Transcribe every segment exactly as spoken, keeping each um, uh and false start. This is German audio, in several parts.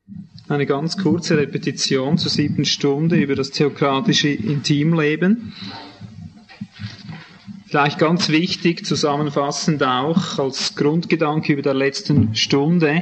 Eine ganz kurze Repetition zur siebten Stunde über das theokratische Intimleben. Vielleicht ganz wichtig, zusammenfassend auch als Grundgedanke über der letzten Stunde.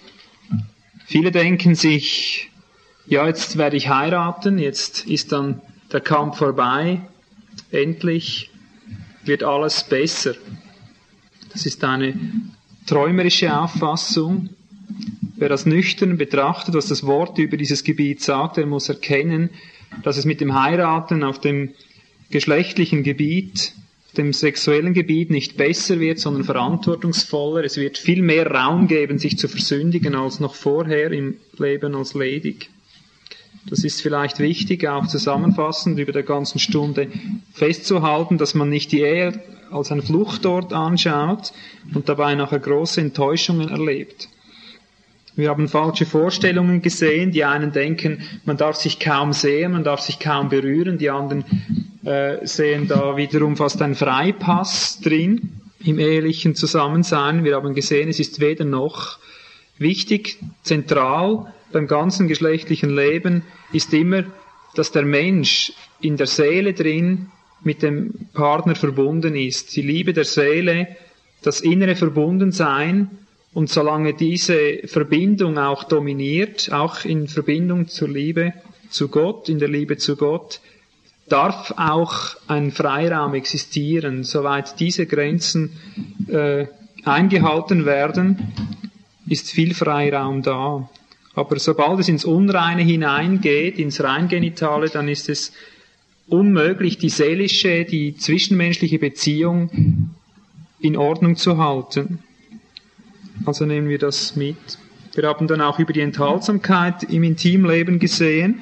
Viele denken sich, ja, jetzt werde ich heiraten, jetzt ist dann der Kampf vorbei, endlich wird alles besser. Das ist eine träumerische Auffassung. Wer das nüchtern betrachtet, was das Wort über dieses Gebiet sagt, der muss erkennen, dass es mit dem Heiraten auf dem geschlechtlichen Gebiet, dem sexuellen Gebiet nicht besser wird, sondern verantwortungsvoller. Es wird viel mehr Raum geben, sich zu versündigen, als noch vorher im Leben als ledig. Das ist vielleicht wichtig, auch zusammenfassend über der ganzen Stunde festzuhalten, dass man nicht die Ehe als einen Fluchtort anschaut und dabei nachher große Enttäuschungen erlebt. Wir haben falsche Vorstellungen gesehen. Die einen denken, man darf sich kaum sehen, man darf sich kaum berühren. Die anderen äh, sehen da wiederum fast einen Freipass drin im ehelichen Zusammensein. Wir haben gesehen, es ist weder noch. Wichtig, zentral beim ganzen geschlechtlichen Leben ist immer, dass der Mensch in der Seele drin mit dem Partner verbunden ist. Die Liebe der Seele, das innere Verbundensein. Und solange diese Verbindung auch dominiert, auch in Verbindung zur Liebe zu Gott, in der Liebe zu Gott, darf auch ein Freiraum existieren. Soweit diese Grenzen äh, eingehalten werden, ist viel Freiraum da. Aber sobald es ins Unreine hineingeht, ins Reingenitale, dann ist es unmöglich, die seelische, die zwischenmenschliche Beziehung in Ordnung zu halten. Also nehmen wir das mit. Wir haben dann auch über die Enthaltsamkeit im Intimleben gesehen,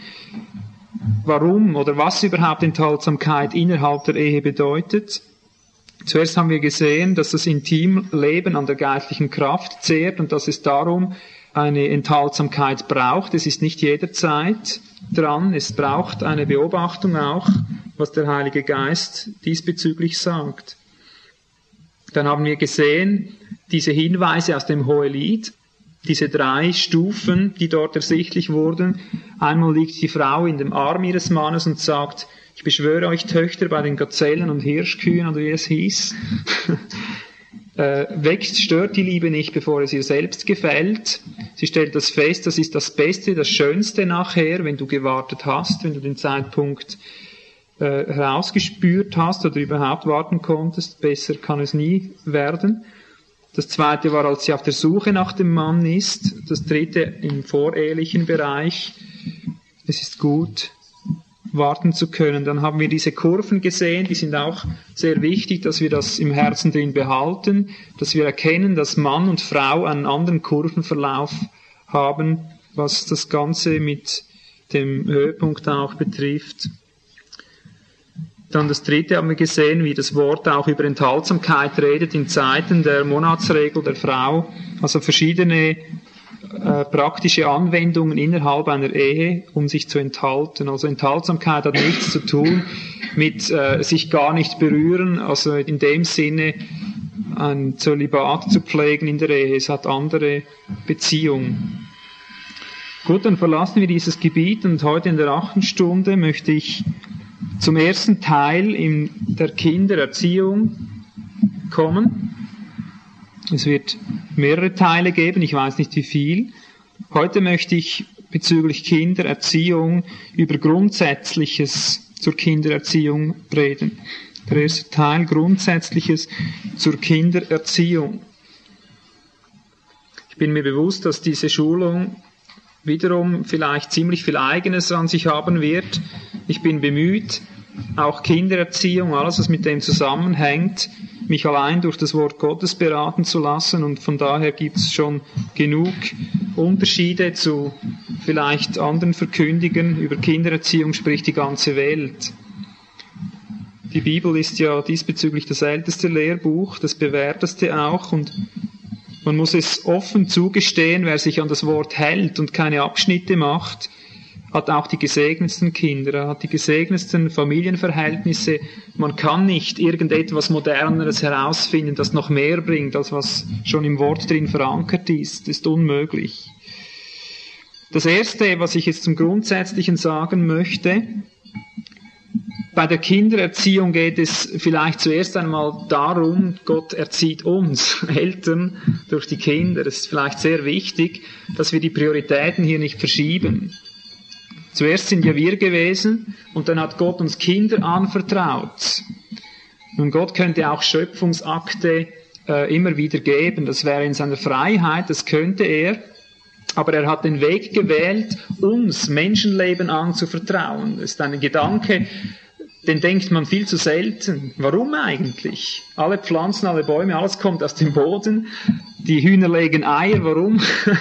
warum oder was überhaupt Enthaltsamkeit innerhalb der Ehe bedeutet. Zuerst haben wir gesehen, dass das Intimleben an der geistlichen Kraft zehrt und dass es darum eine Enthaltsamkeit braucht. Es ist nicht jederzeit dran, es braucht eine Beobachtung auch, was der Heilige Geist diesbezüglich sagt. Dann haben wir gesehen, diese Hinweise aus dem Hohelied, diese drei Stufen, die dort ersichtlich wurden. Einmal liegt die Frau in dem Arm ihres Mannes und sagt, ich beschwöre euch Töchter bei den Gazellen und Hirschkühen, oder wie es hieß. äh, wächst, stört die Liebe nicht, bevor es ihr selbst gefällt. Sie stellt das fest, das ist das Beste, das Schönste nachher, wenn du gewartet hast, wenn du den Zeitpunkt Äh, herausgespürt hast oder überhaupt warten konntest, besser kann es nie werden. Das zweite war, als sie auf der Suche nach dem Mann ist. Das dritte im vorehelichen Bereich. Es ist gut, warten zu können. Dann haben wir diese Kurven gesehen, die sind auch sehr wichtig, dass wir das im Herzen drin behalten, dass wir erkennen, dass Mann und Frau einen anderen Kurvenverlauf haben, was das Ganze mit dem Höhepunkt auch betrifft. Dann das dritte haben wir gesehen, wie das Wort auch über Enthaltsamkeit redet in Zeiten der Monatsregel der Frau. Also verschiedene äh, praktische Anwendungen innerhalb einer Ehe, um sich zu enthalten. Also Enthaltsamkeit hat nichts zu tun mit äh, sich gar nicht berühren, also in dem Sinne ein Zölibat zu pflegen in der Ehe. Es hat andere Beziehungen. Gut, dann verlassen wir dieses Gebiet und heute in der achten Stunde möchte ich zum ersten Teil in der Kindererziehung kommen. Es wird mehrere Teile geben, ich weiß nicht wie viel. Heute möchte ich bezüglich Kindererziehung über Grundsätzliches zur Kindererziehung reden. Der erste Teil, Grundsätzliches zur Kindererziehung. Ich bin mir bewusst, dass diese Schulung wiederum vielleicht ziemlich viel Eigenes an sich haben wird. Ich bin bemüht, auch Kindererziehung, alles was mit dem zusammenhängt, mich allein durch das Wort Gottes beraten zu lassen, und von daher gibt es schon genug Unterschiede zu vielleicht anderen Verkündigern. Über Kindererziehung spricht die ganze Welt. Die Bibel ist ja diesbezüglich das älteste Lehrbuch, das bewährteste auch, und man muss es offen zugestehen, wer sich an das Wort hält und keine Abschnitte macht, hat auch die gesegnetsten Kinder, hat die gesegnetsten Familienverhältnisse. Man kann nicht irgendetwas Moderneres herausfinden, das noch mehr bringt, als was schon im Wort drin verankert ist. Das ist unmöglich. Das Erste, was ich jetzt zum Grundsätzlichen sagen möchte: Bei der Kindererziehung geht es vielleicht zuerst einmal darum, Gott erzieht uns Eltern durch die Kinder. Es ist vielleicht sehr wichtig, dass wir die Prioritäten hier nicht verschieben. Zuerst sind ja wir gewesen und dann hat Gott uns Kinder anvertraut. Nun, Gott könnte auch Schöpfungsakte äh, immer wieder geben. Das wäre in seiner Freiheit, das könnte er. Aber er hat den Weg gewählt, uns Menschenleben anzuvertrauen. Das ist ein Gedanke, den denkt man viel zu selten. Warum eigentlich? Alle Pflanzen, alle Bäume, alles kommt aus dem Boden. Die Hühner legen Eier. Warum?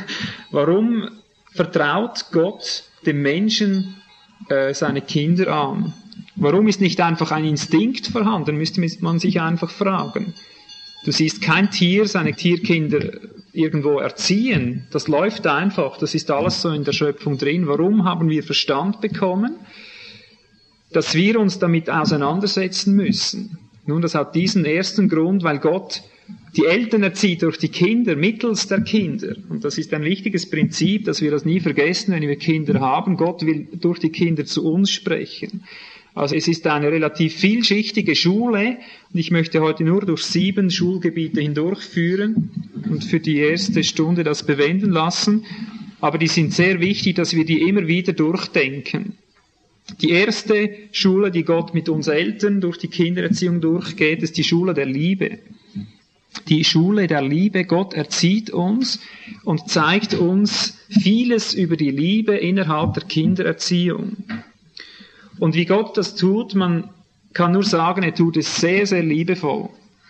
Warum vertraut Gott dem Menschen äh, seine Kinder an? Warum ist nicht einfach ein Instinkt vorhanden? Müsste man sich einfach fragen. Du siehst kein Tier seine Tierkinder irgendwo erziehen. Das läuft einfach. Das ist alles so in der Schöpfung drin. Warum haben wir Verstand bekommen? Dass wir uns damit auseinandersetzen müssen. Nun, das hat diesen ersten Grund, weil Gott die Eltern erzieht durch die Kinder, mittels der Kinder. Und das ist ein wichtiges Prinzip, dass wir das nie vergessen, wenn wir Kinder haben. Gott will durch die Kinder zu uns sprechen. Also es ist eine relativ vielschichtige Schule und ich möchte heute nur durch sieben Schulgebiete hindurchführen und für die erste Stunde das bewenden lassen. Aber die sind sehr wichtig, dass wir die immer wieder durchdenken. Die erste Schule, die Gott mit uns Eltern durch die Kindererziehung durchgeht, ist die Schule der Liebe. Die Schule der Liebe. Gott erzieht uns und zeigt uns vieles über die Liebe innerhalb der Kindererziehung. Und wie Gott das tut, man kann nur sagen, er tut es sehr, sehr liebevoll.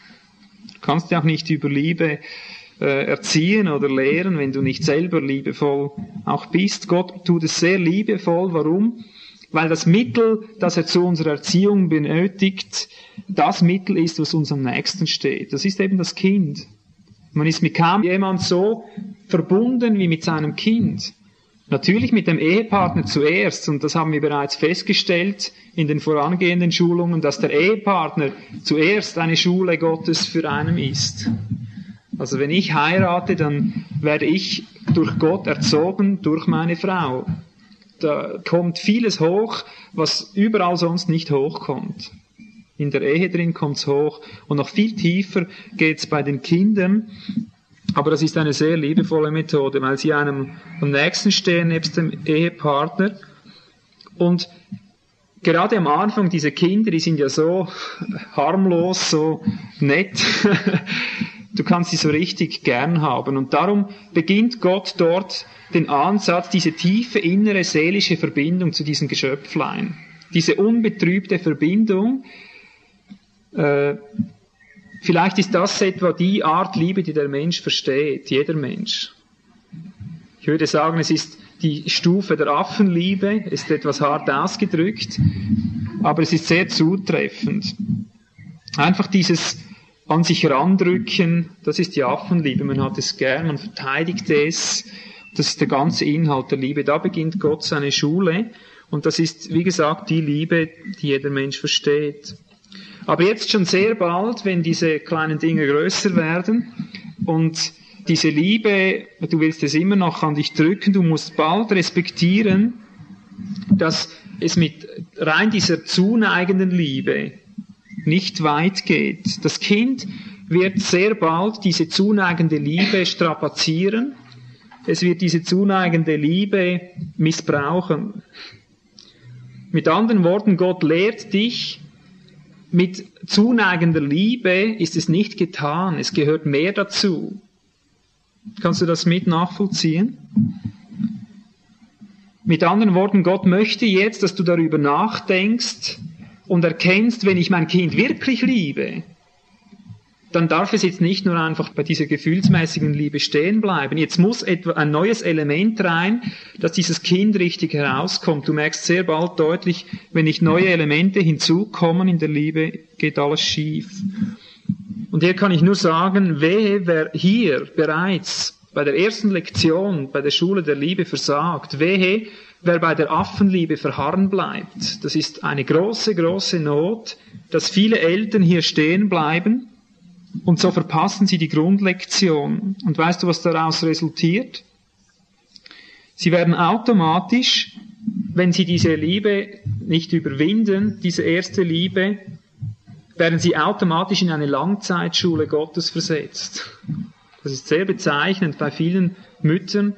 Du kannst ja auch nicht über Liebe äh, erziehen oder lehren, wenn du nicht selber liebevoll auch bist. Gott tut es sehr liebevoll. Warum? Weil das Mittel, das er zu unserer Erziehung benötigt, das Mittel ist, was uns am nächsten steht. Das ist eben das Kind. Man ist mit kaum jemand so verbunden wie mit seinem Kind. Natürlich mit dem Ehepartner zuerst, und das haben wir bereits festgestellt in den vorangehenden Schulungen, dass der Ehepartner zuerst eine Schule Gottes für einen ist. Also wenn ich heirate, dann werde ich durch Gott erzogen, durch meine Frau. Da kommt vieles hoch, was überall sonst nicht hochkommt. In der Ehe drin kommt's hoch und noch viel tiefer geht's bei den Kindern. Aber das ist eine sehr liebevolle Methode, weil sie einem am nächsten stehen, nebst dem Ehepartner. Und gerade am Anfang, diese Kinder, die sind ja so harmlos, so nett. Du kannst sie so richtig gern haben. Und darum beginnt Gott dort den Ansatz, diese tiefe innere seelische Verbindung zu diesen Geschöpflein. Diese unbetrübte Verbindung. Äh, vielleicht ist das etwa die Art Liebe, die der Mensch versteht, jeder Mensch. Ich würde sagen, es ist die Stufe der Affenliebe, ist etwas hart ausgedrückt, aber es ist sehr zutreffend. Einfach dieses an sich randrücken, das ist die Affenliebe, man hat es gern, man verteidigt es, das ist der ganze Inhalt der Liebe. Da beginnt Gott seine Schule und das ist, wie gesagt, die Liebe, die jeder Mensch versteht. Aber jetzt schon sehr bald, wenn diese kleinen Dinge größer werden und diese Liebe, du willst es immer noch an dich drücken, du musst bald respektieren, dass es mit rein dieser zuneigenden Liebe nicht weit geht. Das Kind wird sehr bald diese zuneigende Liebe strapazieren. Es wird diese zuneigende Liebe missbrauchen. Mit anderen Worten, Gott lehrt dich, mit zuneigender Liebe ist es nicht getan, es gehört mehr dazu. Kannst du das mit nachvollziehen? Mit anderen Worten, Gott möchte jetzt, dass du darüber nachdenkst und erkennst, wenn ich mein Kind wirklich liebe, dann darf es jetzt nicht nur einfach bei dieser gefühlsmäßigen Liebe stehen bleiben. Jetzt muss etwa ein neues Element rein, dass dieses Kind richtig herauskommt. Du merkst sehr bald deutlich, wenn nicht neue Elemente hinzukommen in der Liebe, geht alles schief. Und hier kann ich nur sagen, wehe, wer hier bereits bei der ersten Lektion, bei der Schule der Liebe versagt, wehe, wer bei der Affenliebe verharren bleibt. Das ist eine große, große Not, dass viele Eltern hier stehen bleiben und so verpassen sie die Grundlektion. Und weißt du, was daraus resultiert? Sie werden automatisch, wenn sie diese Liebe nicht überwinden, diese erste Liebe, werden sie automatisch in eine Langzeitschule Gottes versetzt. Das ist sehr bezeichnend bei vielen Müttern.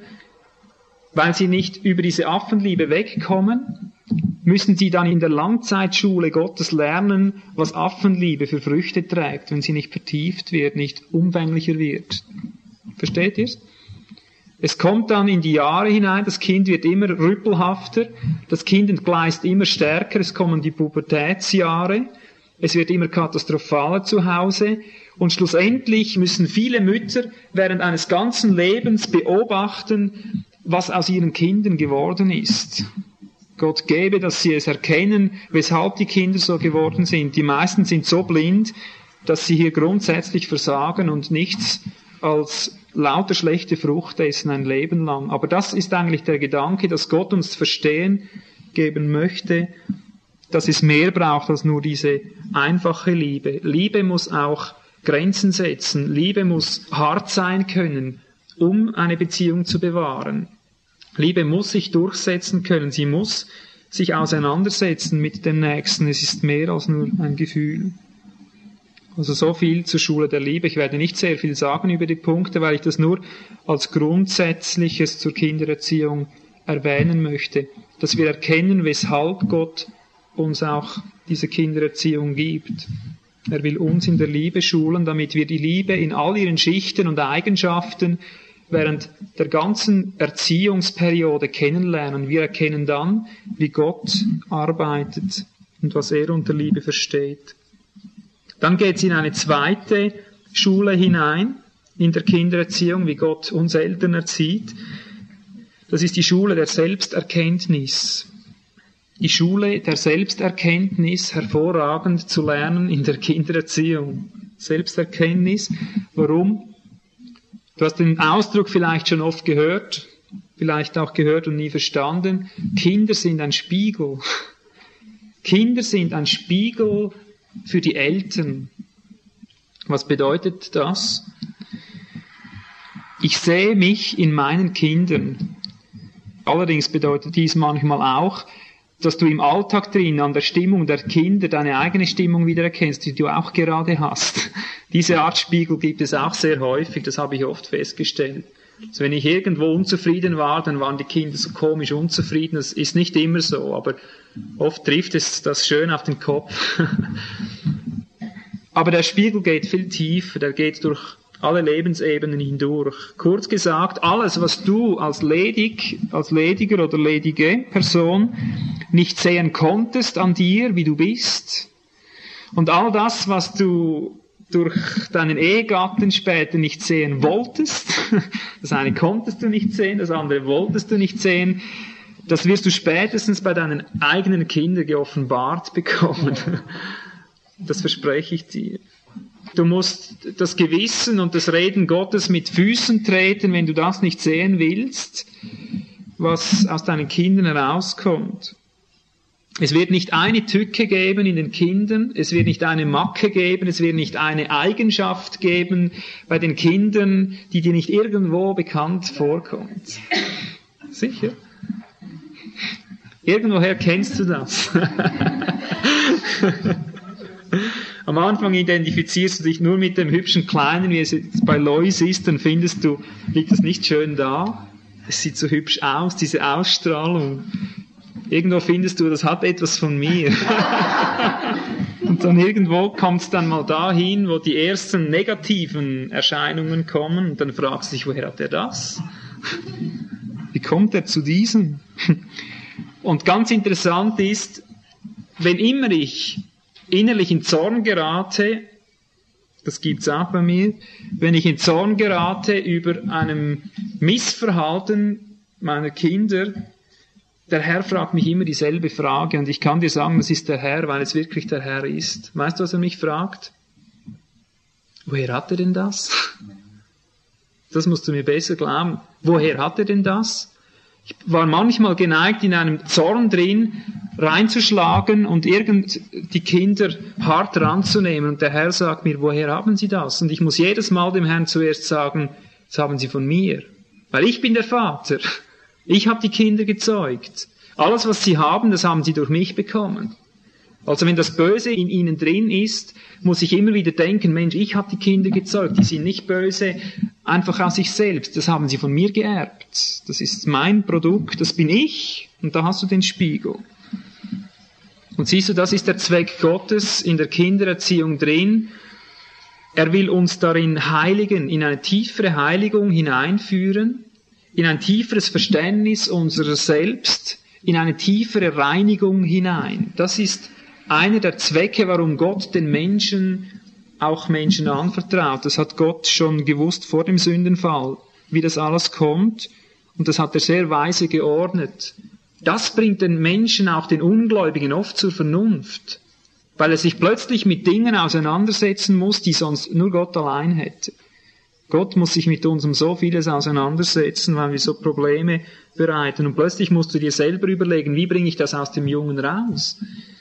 Weil sie nicht über diese Affenliebe wegkommen, müssen sie dann in der Langzeitschule Gottes lernen, was Affenliebe für Früchte trägt, wenn sie nicht vertieft wird, nicht umfänglicher wird. Versteht ihr's? Es kommt dann in die Jahre hinein, das Kind wird immer rüppelhafter, das Kind entgleist immer stärker, es kommen die Pubertätsjahre, es wird immer katastrophaler zu Hause und schlussendlich müssen viele Mütter während eines ganzen Lebens beobachten, was aus ihren Kindern geworden ist. Gott gebe, dass sie es erkennen, weshalb die Kinder so geworden sind. Die meisten sind so blind, dass sie hier grundsätzlich versagen und nichts als lauter schlechte Frucht essen ein Leben lang. Aber das ist eigentlich der Gedanke, dass Gott uns Verstehen geben möchte, dass es mehr braucht als nur diese einfache Liebe. Liebe muss auch Grenzen setzen. Liebe muss hart sein können, um eine Beziehung zu bewahren. Liebe muss sich durchsetzen können. Sie muss sich auseinandersetzen mit dem Nächsten. Es ist mehr als nur ein Gefühl. Also so viel zur Schule der Liebe. Ich werde nicht sehr viel sagen über die Punkte, weil ich das nur als Grundsätzliches zur Kindererziehung erwähnen möchte. Dass wir erkennen, weshalb Gott uns auch diese Kindererziehung gibt. Er will uns in der Liebe schulen, damit wir die Liebe in all ihren Schichten und Eigenschaften während der ganzen Erziehungsperiode kennenlernen. Wir erkennen dann, wie Gott arbeitet und was er unter Liebe versteht. Dann geht es in eine zweite Schule hinein, in der Kindererziehung, wie Gott uns Eltern erzieht. Das ist die Schule der Selbsterkenntnis. Die Schule der Selbsterkenntnis, hervorragend zu lernen in der Kindererziehung. Selbsterkenntnis, warum? Du hast den Ausdruck vielleicht schon oft gehört, vielleicht auch gehört und nie verstanden. Kinder sind ein Spiegel. Kinder sind ein Spiegel für die Eltern. Was bedeutet das? Ich sehe mich in meinen Kindern. Allerdings bedeutet dies manchmal auch, dass du im Alltag drin an der Stimmung der Kinder deine eigene Stimmung wiedererkennst, die du auch gerade hast. Diese Art Spiegel gibt es auch sehr häufig, das habe ich oft festgestellt. Also wenn ich irgendwo unzufrieden war, dann waren die Kinder so komisch unzufrieden. Das ist nicht immer so, aber oft trifft es das schön auf den Kopf. Aber der Spiegel geht viel tiefer, der geht durch alle Lebensebenen hindurch. Kurz gesagt, alles, was du als ledig, als lediger oder ledige Person nicht sehen konntest an dir, wie du bist, und all das, was du durch deinen Ehegatten später nicht sehen wolltest, das eine konntest du nicht sehen, das andere wolltest du nicht sehen, das wirst du spätestens bei deinen eigenen Kindern geoffenbart bekommen. Das verspreche ich dir. Du musst das Gewissen und das Reden Gottes mit Füßen treten, wenn du das nicht sehen willst, was aus deinen Kindern herauskommt. Es wird nicht eine Tücke geben in den Kindern, es wird nicht eine Macke geben, es wird nicht eine Eigenschaft geben bei den Kindern, die dir nicht irgendwo bekannt vorkommt. Sicher? Irgendwoher kennst du das. Am Anfang identifizierst du dich nur mit dem hübschen Kleinen, wie es jetzt bei Lois ist, dann findest du, liegt das nicht schön da? Es sieht so hübsch aus, diese Ausstrahlung. Irgendwo findest du, das hat etwas von mir. Und dann irgendwo kommt es dann mal dahin, wo die ersten negativen Erscheinungen kommen und dann fragst du dich, woher hat er das? Wie kommt er zu diesem? Und ganz interessant ist, wenn immer ich innerlich in Zorn gerate, das gibt's auch bei mir, wenn ich in Zorn gerate über einem Missverhalten meiner Kinder, der Herr fragt mich immer dieselbe Frage und ich kann dir sagen, das ist der Herr, weil es wirklich der Herr ist. Weißt du, was er mich fragt? Woher hat er denn das? Das musst du mir besser glauben. Woher hat er denn das? Ich war manchmal geneigt, in einem Zorn drin reinzuschlagen und irgend die Kinder hart ranzunehmen. Und der Herr sagt mir, woher haben Sie das? Und ich muss jedes Mal dem Herrn zuerst sagen, das haben Sie von mir. Weil ich bin der Vater. Ich habe die Kinder gezeugt. Alles, was sie haben, das haben sie durch mich bekommen. Also wenn das Böse in ihnen drin ist, muss ich immer wieder denken, Mensch, ich habe die Kinder gezeugt, die sind nicht böse, einfach aus sich selbst, das haben sie von mir geerbt. Das ist mein Produkt, das bin ich, und da hast du den Spiegel. Und siehst du, das ist der Zweck Gottes in der Kindererziehung drin. Er will uns darin heiligen, in eine tiefere Heiligung hineinführen, in ein tieferes Verständnis unserer selbst, in eine tiefere Reinigung hinein. Das ist einer der Zwecke, warum Gott den Menschen auch Menschen anvertraut. Das hat Gott schon gewusst vor dem Sündenfall, wie das alles kommt. Und das hat er sehr weise geordnet. Das bringt den Menschen, auch den Ungläubigen, oft zur Vernunft, weil er sich plötzlich mit Dingen auseinandersetzen muss, die sonst nur Gott allein hätte. Gott muss sich mit uns um so vieles auseinandersetzen, weil wir so Probleme bereiten. Und plötzlich musst du dir selber überlegen, wie bringe ich das aus dem Jungen raus?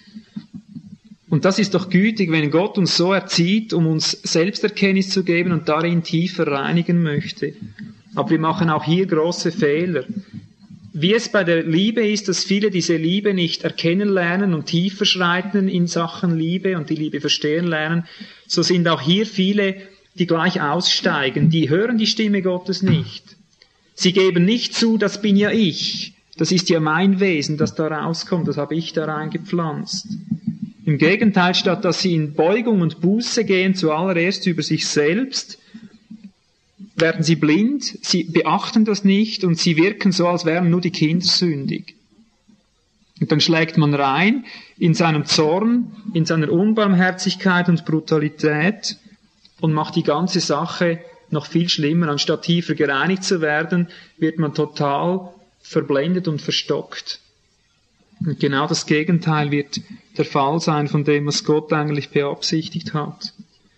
Und das ist doch gütig, wenn Gott uns so erzieht, um uns Selbsterkenntnis zu geben und darin tiefer reinigen möchte. Aber wir machen auch hier große Fehler. Wie es bei der Liebe ist, dass viele diese Liebe nicht erkennen lernen und tiefer schreiten in Sachen Liebe und die Liebe verstehen lernen, so sind auch hier viele, die gleich aussteigen, die hören die Stimme Gottes nicht. Sie geben nicht zu, das bin ja ich, das ist ja mein Wesen, das da rauskommt, das habe ich da reingepflanzt. Im Gegenteil, statt dass sie in Beugung und Buße gehen, zuallererst über sich selbst, werden sie blind, sie beachten das nicht und sie wirken so, als wären nur die Kinder sündig. Und dann schlägt man rein in seinem Zorn, in seiner Unbarmherzigkeit und Brutalität und macht die ganze Sache noch viel schlimmer. Anstatt tiefer gereinigt zu werden, wird man total verblendet und verstockt. Und genau das Gegenteil wird der Fall sein von dem, was Gott eigentlich beabsichtigt hat.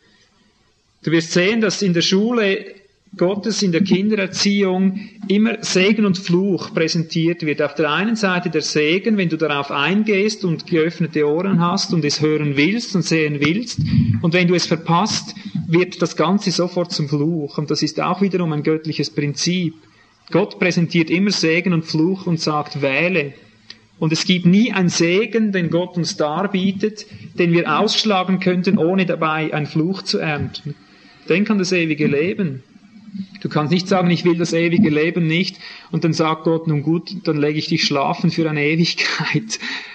Du wirst sehen, dass in der Schule Gottes, in der Kindererziehung, immer Segen und Fluch präsentiert wird. Auf der einen Seite der Segen, wenn du darauf eingehst und geöffnete Ohren hast und es hören willst und sehen willst. Und wenn du es verpasst, wird das Ganze sofort zum Fluch. Und das ist auch wiederum ein göttliches Prinzip. Gott präsentiert immer Segen und Fluch und sagt, wähle. Und es gibt nie einen Segen, den Gott uns darbietet, den wir ausschlagen könnten, ohne dabei einen Fluch zu ernten. Denk an das ewige Leben. Du kannst nicht sagen, ich will das ewige Leben nicht, und dann sagt Gott, nun gut, dann lege ich dich schlafen für eine Ewigkeit.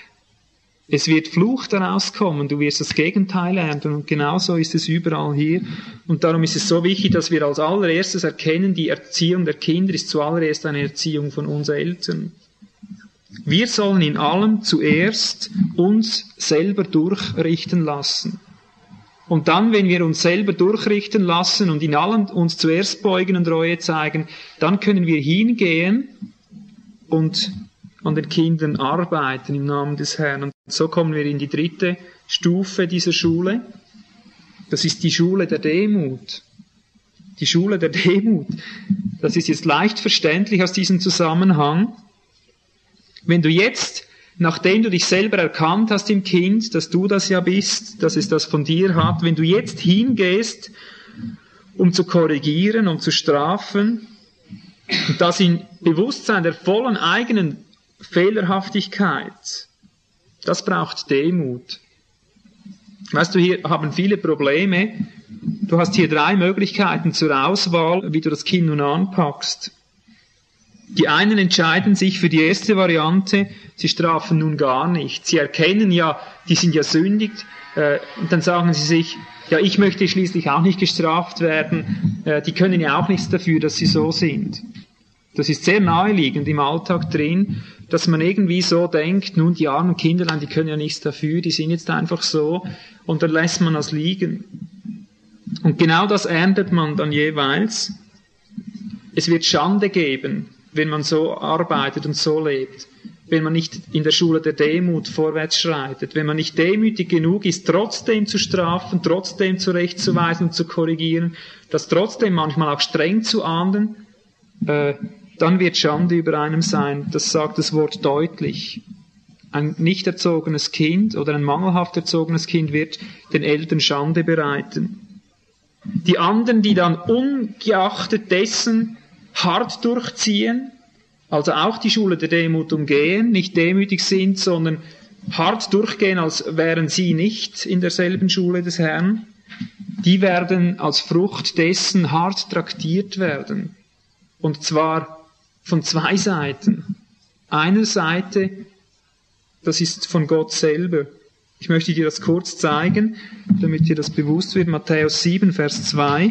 Es wird Fluch daraus kommen, du wirst das Gegenteil ernten, und genauso ist es überall hier. Und darum ist es so wichtig, dass wir als allererstes erkennen, die Erziehung der Kinder ist zuallererst eine Erziehung von uns Eltern. Wir sollen in allem zuerst uns selber durchrichten lassen. Und dann, wenn wir uns selber durchrichten lassen und in allem uns zuerst beugen und Reue zeigen, dann können wir hingehen und an den Kindern arbeiten im Namen des Herrn. Und so kommen wir in die dritte Stufe dieser Schule. Das ist die Schule der Demut. Die Schule der Demut. Das ist jetzt leicht verständlich aus diesem Zusammenhang. Wenn du jetzt, nachdem du dich selber erkannt hast im Kind, dass du das ja bist, dass es das von dir hat, wenn du jetzt hingehst, um zu korrigieren, um zu strafen, und das in Bewusstsein der vollen eigenen Fehlerhaftigkeit, das braucht Demut. Weißt du, hier haben viele Probleme. Du hast hier drei Möglichkeiten zur Auswahl, wie du das Kind nun anpackst. Die einen entscheiden sich für die erste Variante, sie strafen nun gar nicht. Sie erkennen ja, die sind ja sündig, äh, und dann sagen sie sich, ja, ich möchte schließlich auch nicht gestraft werden, äh, die können ja auch nichts dafür, dass sie so sind. Das ist sehr naheliegend im Alltag drin, dass man irgendwie so denkt, nun, die armen Kinderlein, die können ja nichts dafür, die sind jetzt einfach so, und dann lässt man das liegen. Und genau das erntet man dann jeweils. Es wird Schande geben, wenn man so arbeitet und so lebt, wenn man nicht in der Schule der Demut vorwärts schreitet, wenn man nicht demütig genug ist, trotzdem zu strafen, trotzdem zurechtzuweisen und zu korrigieren, das trotzdem manchmal auch streng zu ahnden, äh, dann wird Schande über einem sein. Das sagt das Wort deutlich. Ein nicht erzogenes Kind oder ein mangelhaft erzogenes Kind wird den Eltern Schande bereiten. Die anderen, die dann ungeachtet dessen hart durchziehen, Also auch die Schule der Demut umgehen, nicht demütig sind, sondern hart durchgehen, als wären sie nicht in derselben Schule des Herrn. Die werden als Frucht dessen hart traktiert werden. Und zwar von zwei Seiten. Eine Seite, das ist von Gott selber. Ich möchte dir das kurz zeigen, damit dir das bewusst wird. Matthäus sieben, Vers zwei.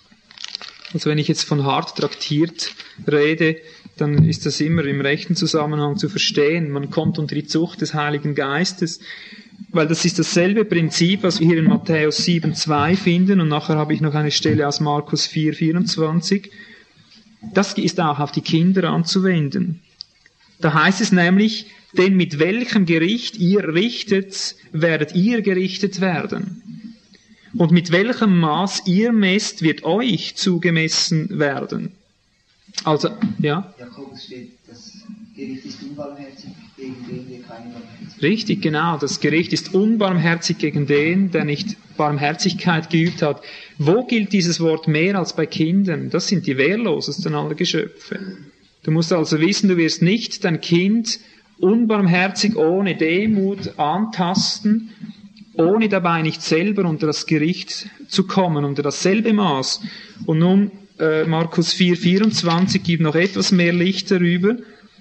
Also wenn ich jetzt von hart traktiert rede, dann ist das immer im rechten Zusammenhang zu verstehen. Man kommt unter die Zucht des Heiligen Geistes, weil das ist dasselbe Prinzip, was wir hier in Matthäus sieben, zwei finden, und nachher habe ich noch eine Stelle aus Markus vier, vierundzwanzig. Das ist auch auf die Kinder anzuwenden. Da heißt es nämlich, denn mit welchem Gericht ihr richtet, werdet ihr gerichtet werden. Und mit welchem Maß ihr messt, wird euch zugemessen werden. Also, ja? Jakobus steht, das Gericht ist unbarmherzig, gegen den wir keine Barmherzigkeit. Richtig, genau. Das Gericht ist unbarmherzig gegen den, der nicht Barmherzigkeit geübt hat. Wo gilt dieses Wort mehr als bei Kindern? Das sind die wehrlosesten aller Geschöpfe. Du musst also wissen, du wirst nicht dein Kind unbarmherzig, ohne Demut antasten, ohne dabei nicht selber unter das Gericht zu kommen, unter dasselbe Maß. Und nun, äh, Markus vier, vierundzwanzig gibt noch etwas mehr Licht darüber.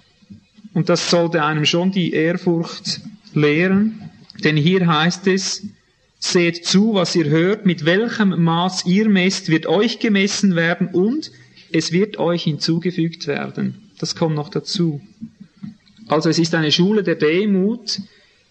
Und das sollte einem schon die Ehrfurcht lehren. Denn hier heißt es, seht zu, was ihr hört, mit welchem Maß ihr messt, wird euch gemessen werden und es wird euch hinzugefügt werden. Das kommt noch dazu. Also es ist eine Schule der Demut,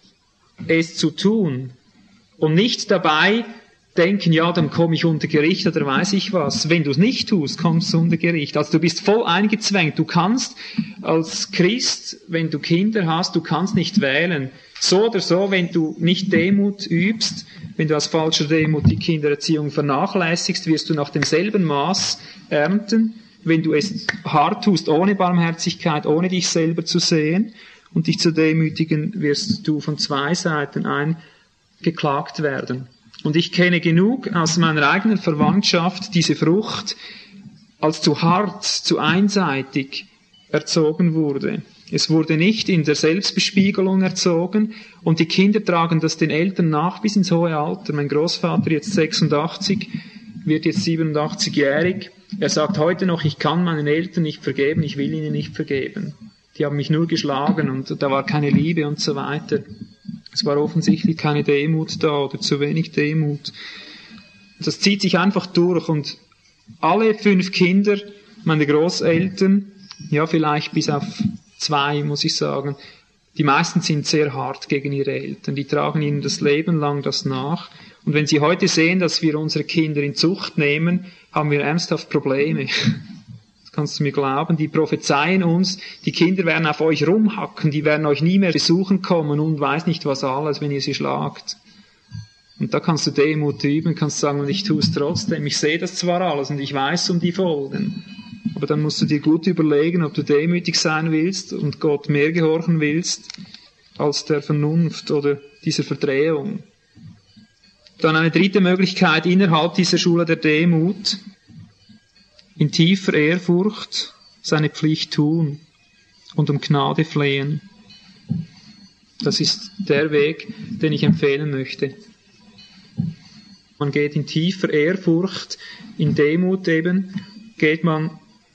es zu tun. Und nicht dabei denken, ja, dann komme ich unter Gericht oder weiß ich was. Wenn du es nicht tust, kommst du unter Gericht. Also du bist voll eingezwängt. Du kannst als Christ, wenn du Kinder hast, du kannst nicht wählen. So oder so, wenn du nicht Demut übst, wenn du aus falscher Demut die Kindererziehung vernachlässigst, wirst du nach demselben Maß ernten, wenn du es hart tust, ohne Barmherzigkeit, ohne dich selber zu sehen und dich zu demütigen, wirst du von zwei Seiten eingeklagt werden. Und ich kenne genug aus meiner eigenen Verwandtschaft diese Frucht, als zu hart, zu einseitig erzogen wurde. Es wurde nicht in der Selbstbespiegelung erzogen und die Kinder tragen das den Eltern nach bis ins hohe Alter. Mein Großvater, jetzt sechsundachtzig, wird jetzt siebenundachtzigjährig. Er sagt heute noch, ich kann meinen Eltern nicht vergeben, ich will ihnen nicht vergeben. Die haben mich nur geschlagen und da war keine Liebe und so weiter. Es war offensichtlich keine Demut da oder zu wenig Demut. Das zieht sich einfach durch und alle fünf Kinder, meine Großeltern, ja vielleicht bis auf zwei, muss ich sagen, die meisten sind sehr hart gegen ihre Eltern. Die tragen ihnen das Leben lang das nach. Und wenn sie heute sehen, dass wir unsere Kinder in Zucht nehmen, haben wir ernsthaft Probleme. Das kannst du mir glauben. Die prophezeien uns, die Kinder werden auf euch rumhacken, die werden euch nie mehr besuchen kommen und weiß nicht was alles, wenn ihr sie schlagt. Und da kannst du Demut üben, kannst sagen, und ich tue es trotzdem. Ich sehe das zwar alles und ich weiß um die Folgen. Aber dann musst du dir gut überlegen, ob du demütig sein willst und Gott mehr gehorchen willst als der Vernunft oder dieser Verdrehung. Dann eine dritte Möglichkeit innerhalb dieser Schule der Demut, in tiefer Ehrfurcht seine Pflicht tun und um Gnade flehen. Das ist der Weg, den ich empfehlen möchte. Man geht in tiefer Ehrfurcht, in Demut eben, geht man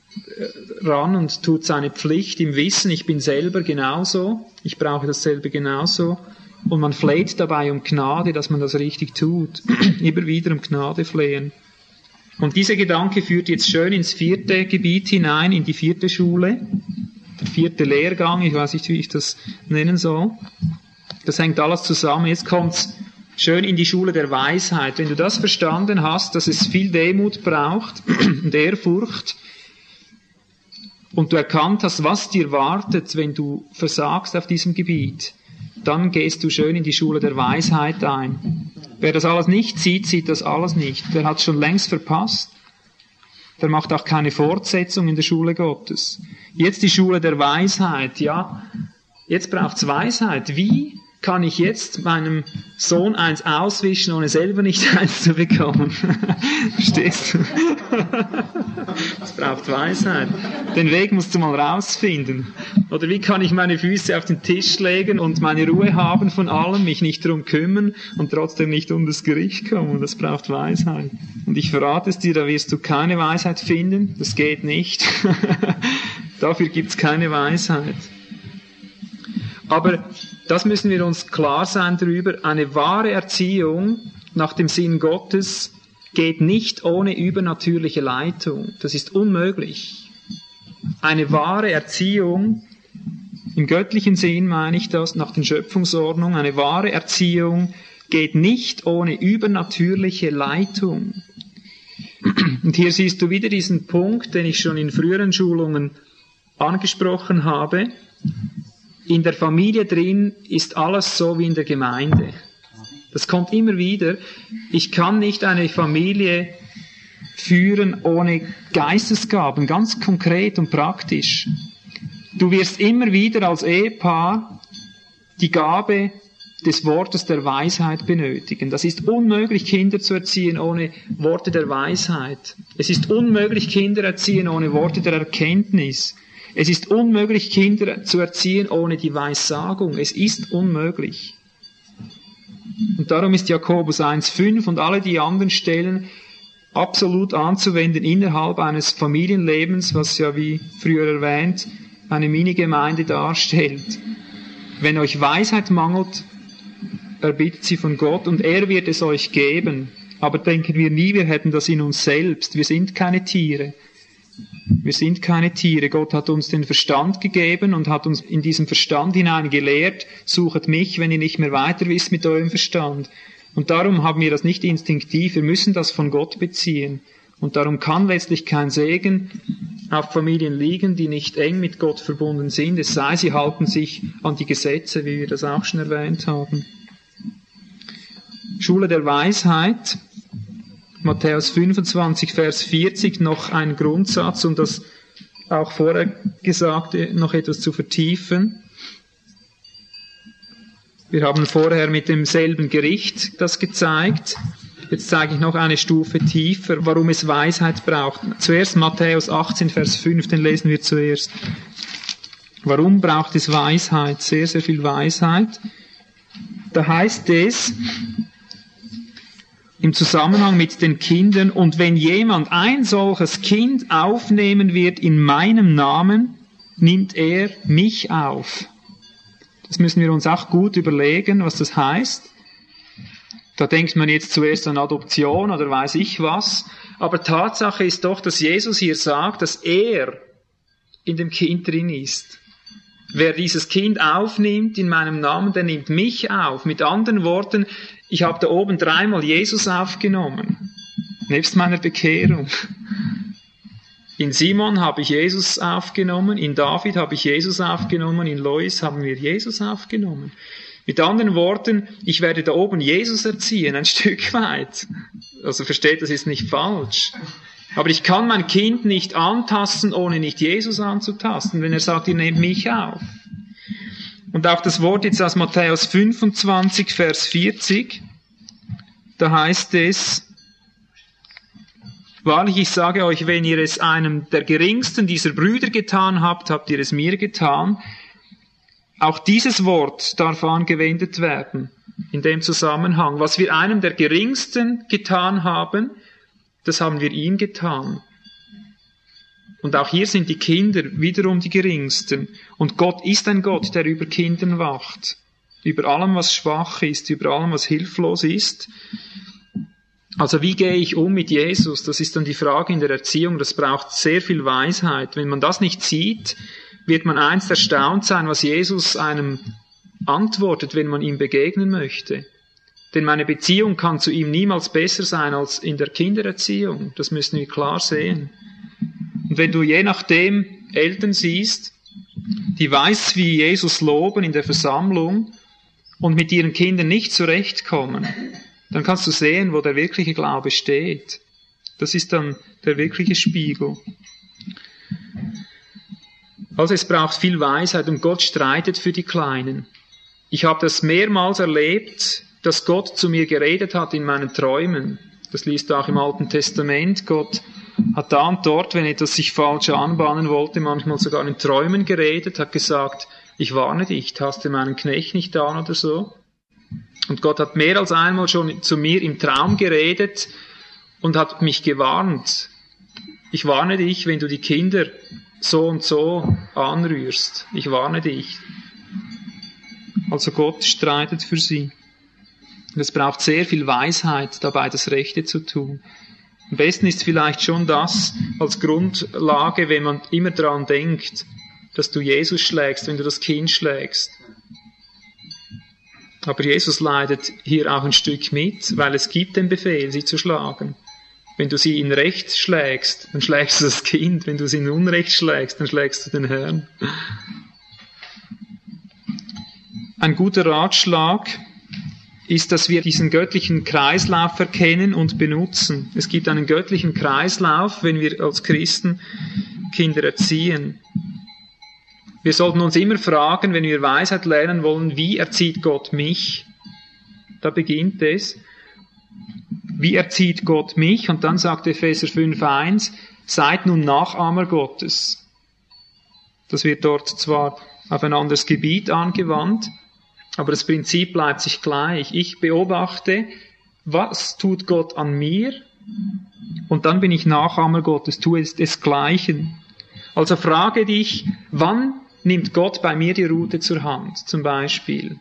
ran und tut seine Pflicht im Wissen, ich bin selber genauso, ich brauche dasselbe genauso. Und man fleht dabei um Gnade, dass man das richtig tut. Immer wieder um Gnade flehen. Und dieser Gedanke führt jetzt schön ins vierte Gebiet hinein, in die vierte Schule. Der vierte Lehrgang, ich weiß nicht, wie ich das nennen soll. Das hängt alles zusammen. Jetzt kommt's schön in die Schule der Weisheit. Wenn du das verstanden hast, dass es viel Demut braucht und Ehrfurcht, und du erkannt hast, was dir wartet, wenn du versagst auf diesem Gebiet, dann gehst du schön in die Schule der Weisheit ein. Wer das alles nicht sieht, sieht das alles nicht. Der hat es schon längst verpasst. Der macht auch keine Fortsetzung in der Schule Gottes. Jetzt die Schule der Weisheit, ja. Jetzt braucht es Weisheit. Wie kann ich jetzt meinem Sohn eins auswischen, ohne selber nicht eins zu bekommen? Verstehst du? Es braucht Weisheit. Den Weg musst du mal rausfinden. Oder wie kann ich meine Füße auf den Tisch legen und meine Ruhe haben von allem, mich nicht darum kümmern und trotzdem nicht um das Gericht kommen? Das braucht Weisheit. Und ich verrate es dir, da wirst du keine Weisheit finden. Das geht nicht. Dafür gibt es keine Weisheit. Aber das müssen wir uns klar sein darüber. Eine wahre Erziehung nach dem Sinn Gottes geht nicht ohne übernatürliche Leitung. Das ist unmöglich. Eine wahre Erziehung, im göttlichen Sinn meine ich das, nach den Schöpfungsordnungen, eine wahre Erziehung geht nicht ohne übernatürliche Leitung. Und hier siehst du wieder diesen Punkt, den ich schon in früheren Schulungen angesprochen habe. In der Familie drin ist alles so wie in der Gemeinde. Das kommt immer wieder. Ich kann nicht eine Familie führen ohne Geistesgaben, ganz konkret und praktisch. Du wirst immer wieder als Ehepaar die Gabe des Wortes der Weisheit benötigen. Das ist unmöglich, Kinder zu erziehen ohne Worte der Weisheit. Es ist unmöglich, Kinder zu erziehen ohne Worte der Erkenntnis. Es ist unmöglich, Kinder zu erziehen ohne die Weissagung. Es ist unmöglich. Und darum ist Jakobus eins fünf und alle die anderen Stellen absolut anzuwenden innerhalb eines Familienlebens, was ja, wie früher erwähnt, eine Mini-Gemeinde darstellt. Wenn euch Weisheit mangelt, erbittet sie von Gott und er wird es euch geben. Aber denken wir nie, wir hätten das in uns selbst. Wir sind keine Tiere. Wir sind keine Tiere. Gott hat uns den Verstand gegeben und hat uns in diesem Verstand hinein gelehrt, suchet mich, wenn ihr nicht mehr weiter wisst mit eurem Verstand. Und darum haben wir das nicht instinktiv, wir müssen das von Gott beziehen. Und darum kann letztlich kein Segen auf Familien liegen, die nicht eng mit Gott verbunden sind, es sei, sie halten sich an die Gesetze, wie wir das auch schon erwähnt haben. Schule der Weisheit, Matthäus fünfundzwanzig, Vers vierzig, noch ein Grundsatz, um das auch vorher Gesagte noch etwas zu vertiefen. Wir haben vorher mit demselben Gericht das gezeigt. Jetzt zeige ich noch eine Stufe tiefer, warum es Weisheit braucht. Zuerst Matthäus achtzehn, Vers fünf, den lesen wir zuerst. Warum braucht es Weisheit? Sehr, sehr viel Weisheit. Da heißt es im Zusammenhang mit den Kindern, und wenn jemand ein solches Kind aufnehmen wird in meinem Namen, nimmt er mich auf. Das müssen wir uns auch gut überlegen, was das heißt. Da denkt man jetzt zuerst an Adoption oder weiß ich was. Aber Tatsache ist doch, dass Jesus hier sagt, dass er in dem Kind drin ist. Wer dieses Kind aufnimmt in meinem Namen, der nimmt mich auf. Mit anderen Worten, ich habe da oben dreimal Jesus aufgenommen. Nebst meiner Bekehrung. In Simon habe ich Jesus aufgenommen, in David habe ich Jesus aufgenommen, in Lois haben wir Jesus aufgenommen. Mit anderen Worten, ich werde da oben Jesus erziehen, ein Stück weit. Also versteht, das ist nicht falsch. Aber ich kann mein Kind nicht antasten, ohne nicht Jesus anzutasten, wenn er sagt, ihr nehmt mich auf. Und auch das Wort jetzt aus Matthäus fünfundzwanzig, Vers vierzig, da heißt es, wahrlich, ich sage euch, wenn ihr es einem der geringsten dieser Brüder getan habt, habt ihr es mir getan. Auch dieses Wort darf angewendet werden in dem Zusammenhang. Was wir einem der geringsten getan haben, das haben wir ihm getan. Und auch hier sind die Kinder wiederum die geringsten. Und Gott ist ein Gott, der über Kindern wacht. Über allem, was schwach ist, über allem, was hilflos ist. Also wie gehe ich um mit Jesus? Das ist dann die Frage in der Erziehung. Das braucht sehr viel Weisheit. Wenn man das nicht sieht, wird man einst erstaunt sein, was Jesus einem antwortet, wenn man ihm begegnen möchte. Denn meine Beziehung kann zu ihm niemals besser sein als in der Kindererziehung. Das müssen wir klar sehen. Und wenn du je nachdem Eltern siehst, die weiß, wie Jesus loben in der Versammlung und mit ihren Kindern nicht zurechtkommen, dann kannst du sehen, wo der wirkliche Glaube steht. Das ist dann der wirkliche Spiegel. Also es braucht viel Weisheit und Gott streitet für die Kleinen. Ich habe das mehrmals erlebt, dass Gott zu mir geredet hat in meinen Träumen. Das liest du auch im Alten Testament. Gott hat da und dort, wenn etwas sich falsch anbahnen wollte, manchmal sogar in Träumen geredet, hat gesagt, ich warne dich, taste meinen Knecht nicht an oder so. Und Gott hat mehr als einmal schon zu mir im Traum geredet und hat mich gewarnt. Ich warne dich, wenn du die Kinder so und so anrührst. Ich warne dich. Also Gott streitet für sie. Und es braucht sehr viel Weisheit, dabei das Rechte zu tun. Am besten ist vielleicht schon das als Grundlage, wenn man immer daran denkt, dass du Jesus schlägst, wenn du das Kind schlägst. Aber Jesus leidet hier auch ein Stück mit, weil es gibt den Befehl, sie zu schlagen. Wenn du sie in Recht schlägst, dann schlägst du das Kind. Wenn du sie in Unrecht schlägst, dann schlägst du den Herrn. Ein guter Ratschlag ist, dass wir diesen göttlichen Kreislauf erkennen und benutzen. Es gibt einen göttlichen Kreislauf, wenn wir als Christen Kinder erziehen. Wir sollten uns immer fragen, wenn wir Weisheit lernen wollen, wie erzieht Gott mich? Da beginnt es. Wie erzieht Gott mich? Und dann sagt Epheser fünf eins, seid nun Nachahmer Gottes. Das wird dort zwar auf ein anderes Gebiet angewandt, aber das Prinzip bleibt sich gleich. Ich beobachte, was tut Gott an mir? Und dann bin ich Nachahmer Gottes, tue es desgleichen. Also frage dich, wann nimmt Gott bei mir die Rute zur Hand, zum Beispiel?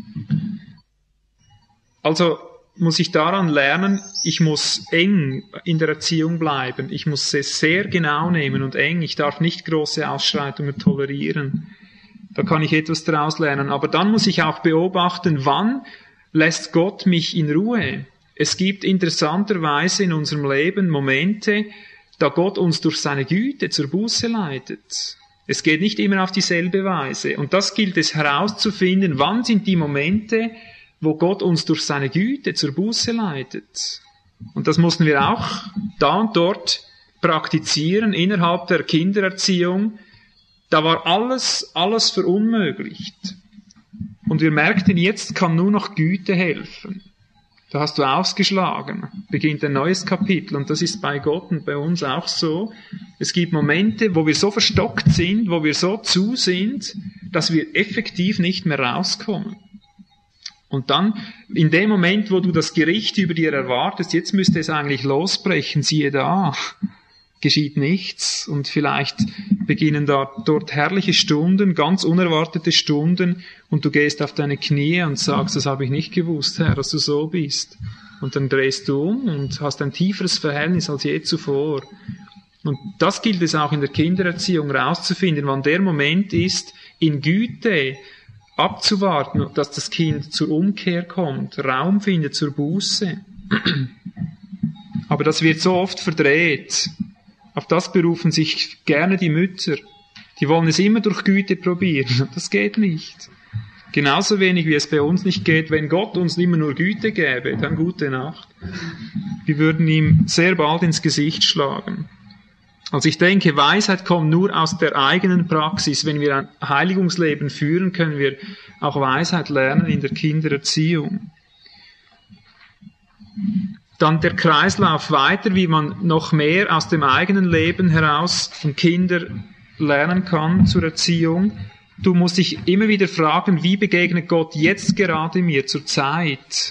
Also muss ich daran lernen, ich muss eng in der Erziehung bleiben. Ich muss es sehr genau nehmen und eng. Ich darf nicht große Ausschreitungen tolerieren. Da kann ich etwas daraus lernen. Aber dann muss ich auch beobachten, wann lässt Gott mich in Ruhe? Es gibt interessanterweise in unserem Leben Momente, da Gott uns durch seine Güte zur Buße leitet. Es geht nicht immer auf dieselbe Weise. Und das gilt es herauszufinden, wann sind die Momente, wo Gott uns durch seine Güte zur Buße leitet. Und das mussten wir auch da und dort praktizieren innerhalb der Kindererziehung. Da war alles, alles verunmöglicht. Und wir merkten, jetzt kann nur noch Güte helfen. Da hast du ausgeschlagen, beginnt ein neues Kapitel. Und das ist bei Gott und bei uns auch so. Es gibt Momente, wo wir so verstockt sind, wo wir so zu sind, dass wir effektiv nicht mehr rauskommen. Und dann, in dem Moment, wo du das Gericht über dir erwartest, jetzt müsste es eigentlich losbrechen, siehe da, geschieht nichts. Und vielleicht beginnen da dort herrliche Stunden, ganz unerwartete Stunden, und du gehst auf deine Knie und sagst, das habe ich nicht gewusst, Herr, dass du so bist. Und dann drehst du um und hast ein tieferes Verhältnis als je zuvor. Und das gilt es auch in der Kindererziehung rauszufinden, wann der Moment ist, in Güte abzuwarten, dass das Kind zur Umkehr kommt, Raum findet zur Buße. Aber das wird so oft verdreht. Auf das berufen sich gerne die Mütter. Die wollen es immer durch Güte probieren. Das geht nicht. Genauso wenig wie es bei uns nicht geht, wenn Gott uns immer nur Güte gäbe, dann gute Nacht. Wir würden ihm sehr bald ins Gesicht schlagen. Also ich denke, Weisheit kommt nur aus der eigenen Praxis. Wenn wir ein Heiligungsleben führen, können wir auch Weisheit lernen in der Kindererziehung. Dann der Kreislauf weiter, wie man noch mehr aus dem eigenen Leben heraus von Kindern lernen kann zur Erziehung. Du musst dich immer wieder fragen, wie begegnet Gott jetzt gerade mir zur Zeit?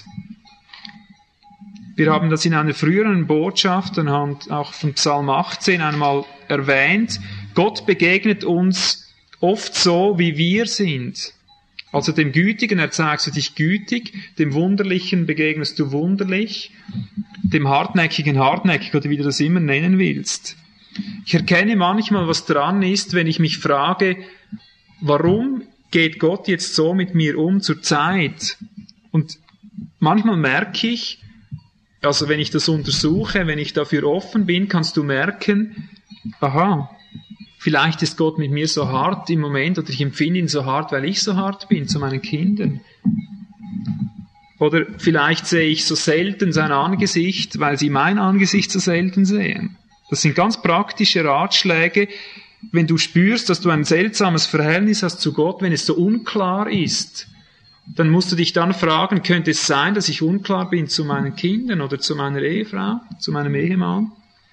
Wir haben das in einer früheren Botschaft, anhand auch von Psalm achtzehn einmal erwähnt. Gott begegnet uns oft so, wie wir sind. Also dem Gütigen erzeigst du dich gütig, dem Wunderlichen begegnest du wunderlich, dem Hartnäckigen hartnäckig oder wie du das immer nennen willst. Ich erkenne manchmal, was dran ist, wenn ich mich frage, warum geht Gott jetzt so mit mir um zur Zeit? Und manchmal merke ich, also wenn ich das untersuche, wenn ich dafür offen bin, kannst du merken, aha, vielleicht ist Gott mit mir so hart im Moment oder ich empfinde ihn so hart, weil ich so hart bin zu meinen Kindern. Oder vielleicht sehe ich so selten sein Angesicht, weil sie mein Angesicht so selten sehen. Das sind ganz praktische Ratschläge, wenn du spürst, dass du ein seltsames Verhältnis hast zu Gott, wenn es so unklar ist. dann musst du dich dann fragen, könnte es sein, dass ich unklar bin zu meinen Kindern oder zu meiner Ehefrau, zu meinem Ehemann?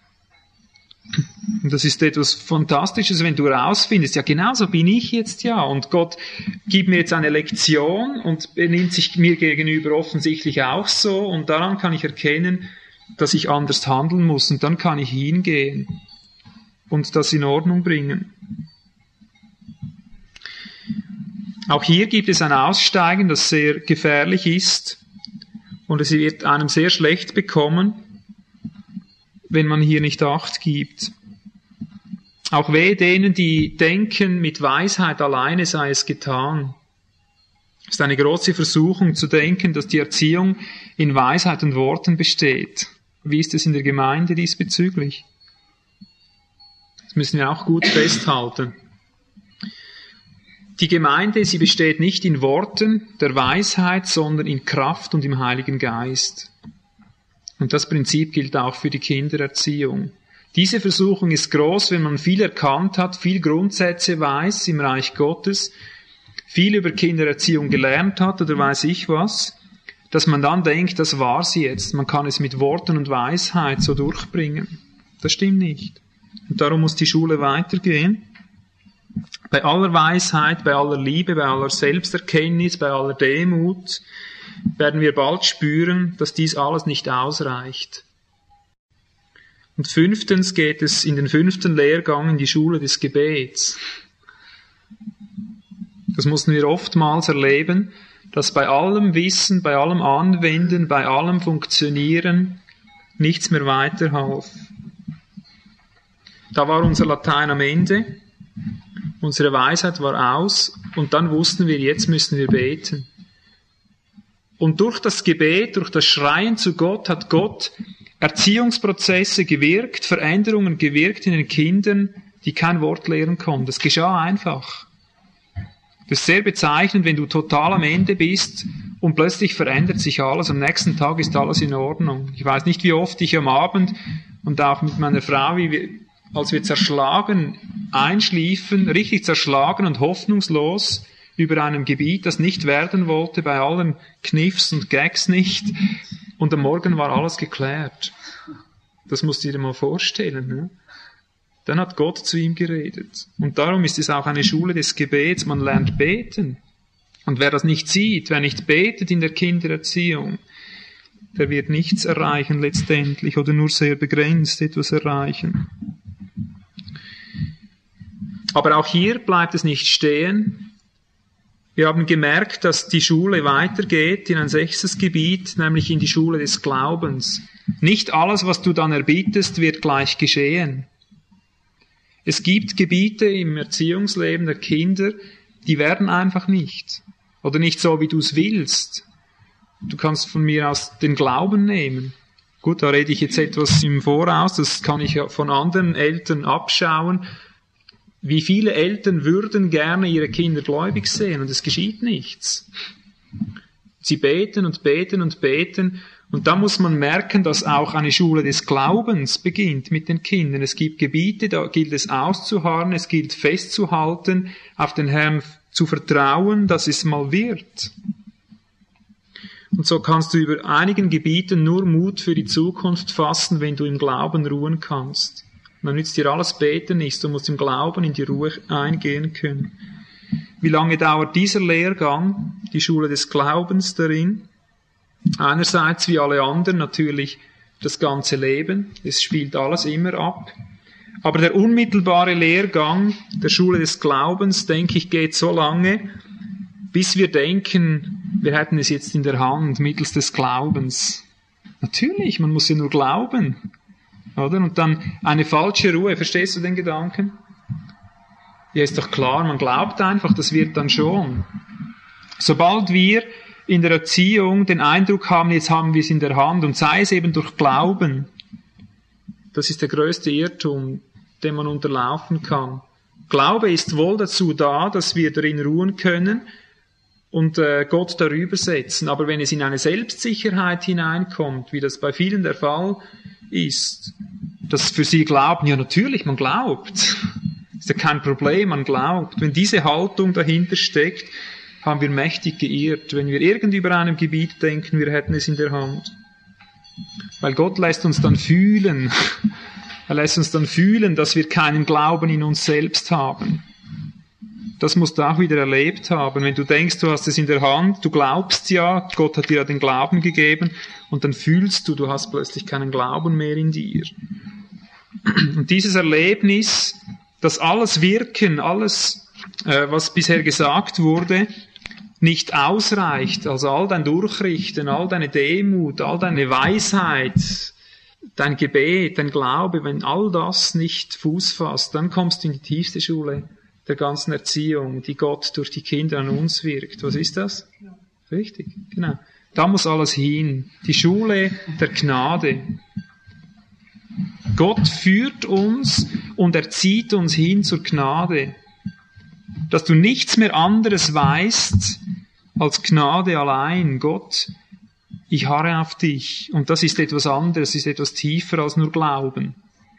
Und das ist etwas Fantastisches, wenn du herausfindest, ja, genauso bin ich jetzt ja. Und Gott gibt mir jetzt eine Lektion und benimmt sich mir gegenüber offensichtlich auch so. Und daran kann ich erkennen, dass ich anders handeln muss. Und dann kann ich hingehen und das in Ordnung bringen. Auch hier gibt es ein Aussteigen, das sehr gefährlich ist. Und es wird einem sehr schlecht bekommen, wenn man hier nicht Acht gibt. Auch wehe denen, die denken, mit Weisheit alleine sei es getan. Es ist eine große Versuchung zu denken, dass die Erziehung in Weisheit und Worten besteht. Wie ist es in der Gemeinde diesbezüglich? Das müssen wir auch gut festhalten. Die Gemeinde, sie besteht nicht in Worten der Weisheit, sondern in Kraft und im Heiligen Geist. Und das Prinzip gilt auch für die Kindererziehung. Diese Versuchung ist groß, wenn man viel erkannt hat, viel Grundsätze weiß im Reich Gottes, viel über Kindererziehung gelernt hat oder weiß ich was, dass man dann denkt, das war sie jetzt. Man kann es mit Worten und Weisheit so durchbringen. Das stimmt nicht. Und darum muss die Schule weitergehen. Bei aller Weisheit, bei aller Liebe, bei aller Selbsterkenntnis, bei aller Demut werden wir bald spüren, dass dies alles nicht ausreicht. Und fünftens geht es in den fünften Lehrgang in die Schule des Gebets. Das mussten wir oftmals erleben, dass bei allem Wissen, bei allem Anwenden, bei allem Funktionieren nichts mehr weiterhalf. Da war unser Latein am Ende, unsere Weisheit war aus und dann wussten wir, jetzt müssen wir beten. Und durch das Gebet, durch das Schreien zu Gott hat Gott Erziehungsprozesse gewirkt, Veränderungen gewirkt in den Kindern, die kein Wort lehren konnten. Das geschah einfach. Das ist sehr bezeichnend, wenn du total am Ende bist und plötzlich verändert sich alles. Am nächsten Tag ist alles in Ordnung. Ich weiß nicht, wie oft ich am Abend und auch mit meiner Frau, wie wir, als wir zerschlagen einschliefen, richtig zerschlagen und hoffnungslos über einem Gebiet, das nicht werden wollte, bei allen Kniffs und Gags nicht. Und am Morgen war alles geklärt. Das musst du dir mal vorstellen. Ne? Dann hat Gott zu ihm geredet. Und darum ist es auch eine Schule des Gebets. Man lernt beten. Und wer das nicht sieht, wer nicht betet in der Kindererziehung, der wird nichts erreichen letztendlich oder nur sehr begrenzt etwas erreichen. Aber auch hier bleibt es nicht stehen. Wir haben gemerkt, dass die Schule weitergeht in ein sechstes Gebiet, nämlich in die Schule des Glaubens. Nicht alles, was du dann erbietest, wird gleich geschehen. Es gibt Gebiete im Erziehungsleben der Kinder, die werden einfach nicht. Oder nicht so, wie du es willst. Du kannst von mir aus den Glauben nehmen. Gut, da rede ich jetzt etwas im Voraus, das kann ich von anderen Eltern abschauen. Wie viele Eltern würden gerne ihre Kinder gläubig sehen und es geschieht nichts. Sie beten und beten und beten und da muss man merken, dass auch eine Schule des Glaubens beginnt mit den Kindern. Es gibt Gebiete, da gilt es auszuharren, es gilt festzuhalten, auf den Herrn zu vertrauen, dass es mal wird. Und so kannst du über einigen Gebieten nur Mut für die Zukunft fassen, wenn du im Glauben ruhen kannst. Dann nützt dir alles Beten nichts, du musst im Glauben in die Ruhe eingehen können. Wie lange dauert dieser Lehrgang, die Schule des Glaubens darin? Einerseits wie alle anderen natürlich das ganze Leben, es spielt alles immer ab. Aber der unmittelbare Lehrgang der Schule des Glaubens, denke ich, geht so lange, bis wir denken, wir hätten es jetzt in der Hand mittels des Glaubens. Natürlich, man muss ja nur glauben. Oder? Und dann eine falsche Ruhe. Verstehst du den Gedanken? Ja, ist doch klar, man glaubt einfach, das wird dann schon. Sobald wir in der Erziehung den Eindruck haben, jetzt haben wir es in der Hand, und sei es eben durch Glauben, das ist der größte Irrtum, den man unterlaufen kann. Glaube ist wohl dazu da, dass wir darin ruhen können und äh, Gott darüber setzen. Aber wenn es in eine Selbstsicherheit hineinkommt, wie das bei vielen der Fall ist, dass für sie glauben, ja natürlich, man glaubt. Ist ja kein Problem, man glaubt. Wenn diese Haltung dahinter steckt, haben wir mächtig geirrt, wenn wir irgendwie über einem Gebiet denken, wir hätten es in der Hand. Weil Gott lässt uns dann fühlen, er lässt uns dann fühlen, dass wir keinen Glauben in uns selbst haben. Das musst du auch wieder erlebt haben. Wenn du denkst, du hast es in der Hand, du glaubst ja, Gott hat dir ja den Glauben gegeben, und dann fühlst du, du hast plötzlich keinen Glauben mehr in dir. Und dieses Erlebnis, dass alles Wirken, alles, äh, was bisher gesagt wurde, nicht ausreicht, also all dein Durchrichten, all deine Demut, all deine Weisheit, dein Gebet, dein Glaube, wenn all das nicht Fuß fasst, dann kommst du in die tiefste Schule der ganzen Erziehung, die Gott durch die Kinder an uns wirkt. Was ist das? Ja. Richtig, genau. Da muss alles hin. Die Schule der Gnade. Gott führt uns und erzieht uns hin zur Gnade. Dass du nichts mehr anderes weißt als Gnade allein. Gott, ich harre auf dich. Und das ist etwas anderes, ist etwas tiefer als nur Glauben.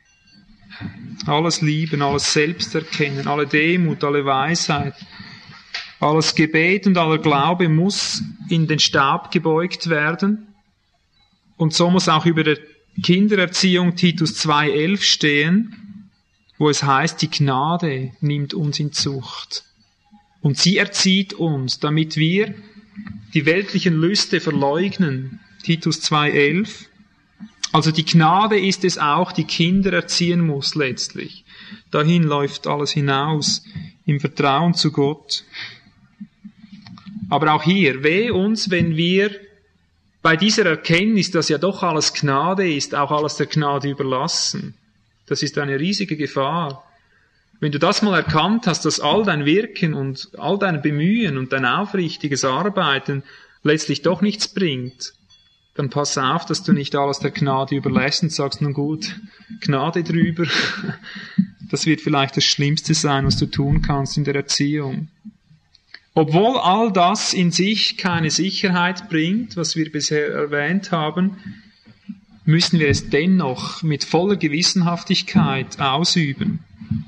Alles lieben, alles selbst erkennen, alle Demut, alle Weisheit, alles Gebet und aller Glaube muss in den Staub gebeugt werden. Und so muss auch über der Kindererziehung Titus zwei elf stehen, wo es heißt, die Gnade nimmt uns in Zucht. Und sie erzieht uns, damit wir die weltlichen Lüste verleugnen. Titus zwei elf. Also die Gnade ist es auch, die Kinder erziehen muss letztlich. Dahin läuft alles hinaus, im Vertrauen zu Gott. Aber auch hier, weh uns, wenn wir bei dieser Erkenntnis, dass ja doch alles Gnade ist, auch alles der Gnade überlassen. Das ist eine riesige Gefahr. Wenn du das mal erkannt hast, dass all dein Wirken und all dein Bemühen und dein aufrichtiges Arbeiten letztlich doch nichts bringt, dann pass auf, dass du nicht alles der Gnade überlässt und sagst, nun gut, Gnade drüber. Das wird vielleicht das Schlimmste sein, was du tun kannst in der Erziehung. Obwohl all das in sich keine Sicherheit bringt, was wir bisher erwähnt haben, müssen wir es dennoch mit voller Gewissenhaftigkeit ausüben.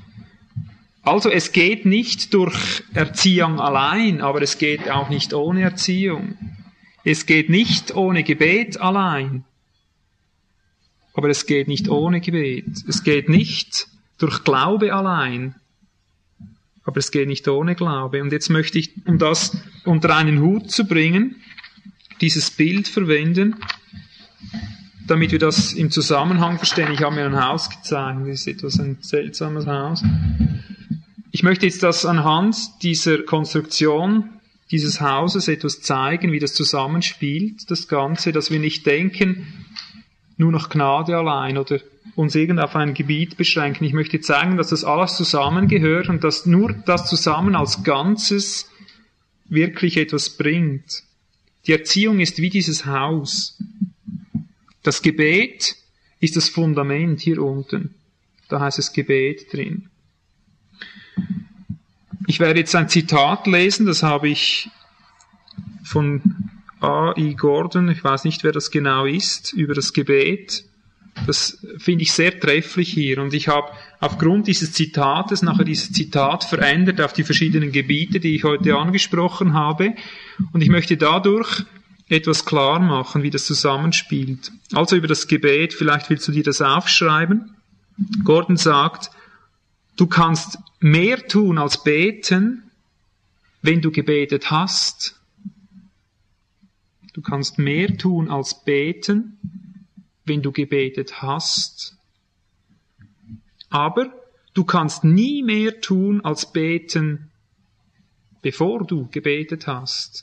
Also es geht nicht durch Erziehung allein, aber es geht auch nicht ohne Erziehung. Es geht nicht ohne Gebet allein, aber es geht nicht ohne Gebet. Es geht nicht durch Glaube allein, aber es geht nicht ohne Glaube. Und jetzt möchte ich, um das unter einen Hut zu bringen, dieses Bild verwenden, damit wir das im Zusammenhang verstehen. Ich habe mir ein Haus gezeigt, das ist etwas ein seltsames Haus. Ich möchte jetzt das anhand dieser Konstruktion dieses Hauses etwas zeigen, wie das zusammenspielt, das Ganze, dass wir nicht denken, nur noch Gnade allein oder uns irgend auf ein Gebiet beschränken. Ich möchte zeigen, dass das alles zusammengehört und dass nur das zusammen als Ganzes wirklich etwas bringt. Die Erziehung ist wie dieses Haus. Das Gebet ist das Fundament hier unten. Da heißt es Gebet drin. Ich werde jetzt ein Zitat lesen, das habe ich von A I Gordon, ich weiß nicht, wer das genau ist, über das Gebet. Das finde ich sehr trefflich hier. Und ich habe aufgrund dieses Zitates, nachher dieses Zitat verändert auf die verschiedenen Gebiete, die ich heute angesprochen habe. Und ich möchte dadurch etwas klar machen, wie das zusammenspielt. Also über das Gebet, vielleicht willst du dir das aufschreiben. Gordon sagt, du kannst mehr tun als beten, wenn du gebetet hast. Du kannst mehr tun als beten, wenn du gebetet hast. Aber du kannst nie mehr tun als beten, bevor du gebetet hast.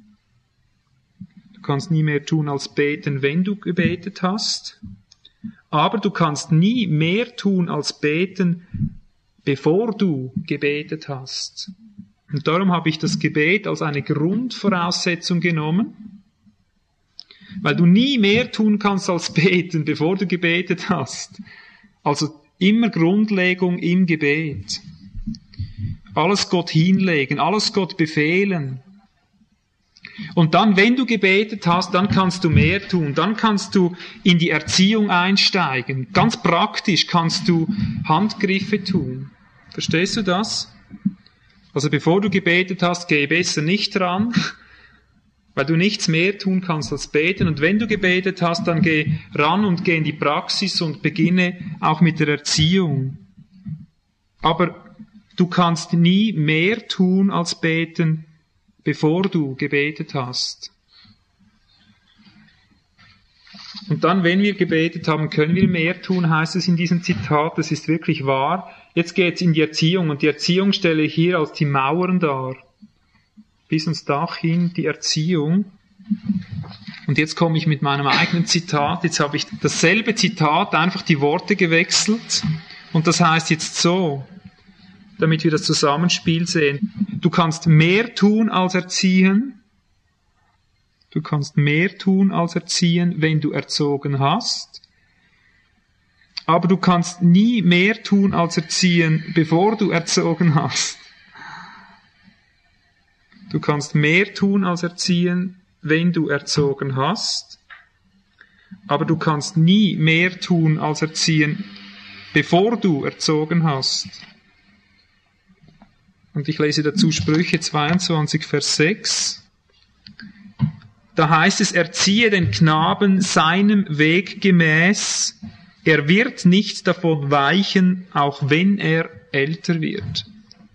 Du kannst nie mehr tun als beten, wenn du gebetet hast. Aber du kannst nie mehr tun als beten, bevor du gebetet hast. Und darum habe ich das Gebet als eine Grundvoraussetzung genommen, weil du nie mehr tun kannst als beten, bevor du gebetet hast. Also immer Grundlegung im Gebet. Alles Gott hinlegen, alles Gott befehlen. Und dann, wenn du gebetet hast, dann kannst du mehr tun. Dann kannst du in die Erziehung einsteigen. Ganz praktisch kannst du Handgriffe tun. Verstehst du das? Also bevor du gebetet hast, geh besser nicht dran, weil du nichts mehr tun kannst als beten. Und wenn du gebetet hast, dann geh ran und geh in die Praxis und beginne auch mit der Erziehung. Aber du kannst nie mehr tun als beten, bevor du gebetet hast. Und dann, wenn wir gebetet haben, können wir mehr tun, heißt es in diesem Zitat, das ist wirklich wahr. Jetzt geht es in die Erziehung und die Erziehung stelle ich hier als die Mauern dar. Bis ans Dach hin die Erziehung. Und jetzt komme ich mit meinem eigenen Zitat. Jetzt habe ich dasselbe Zitat, einfach die Worte gewechselt. Und das heißt jetzt so, damit wir das Zusammenspiel sehen. Du kannst mehr tun als erziehen. Du kannst mehr tun als erziehen, wenn du erzogen hast. Aber du kannst nie mehr tun als erziehen, bevor du erzogen hast. Du kannst mehr tun als erziehen, wenn du erzogen hast. Aber du kannst nie mehr tun als erziehen, bevor du erzogen hast. Und ich lese dazu Sprüche zweiundzwanzig, Vers sechs. Da heißt es, erziehe den Knaben seinem Weg gemäß. Er wird nicht davon weichen, auch wenn er älter wird.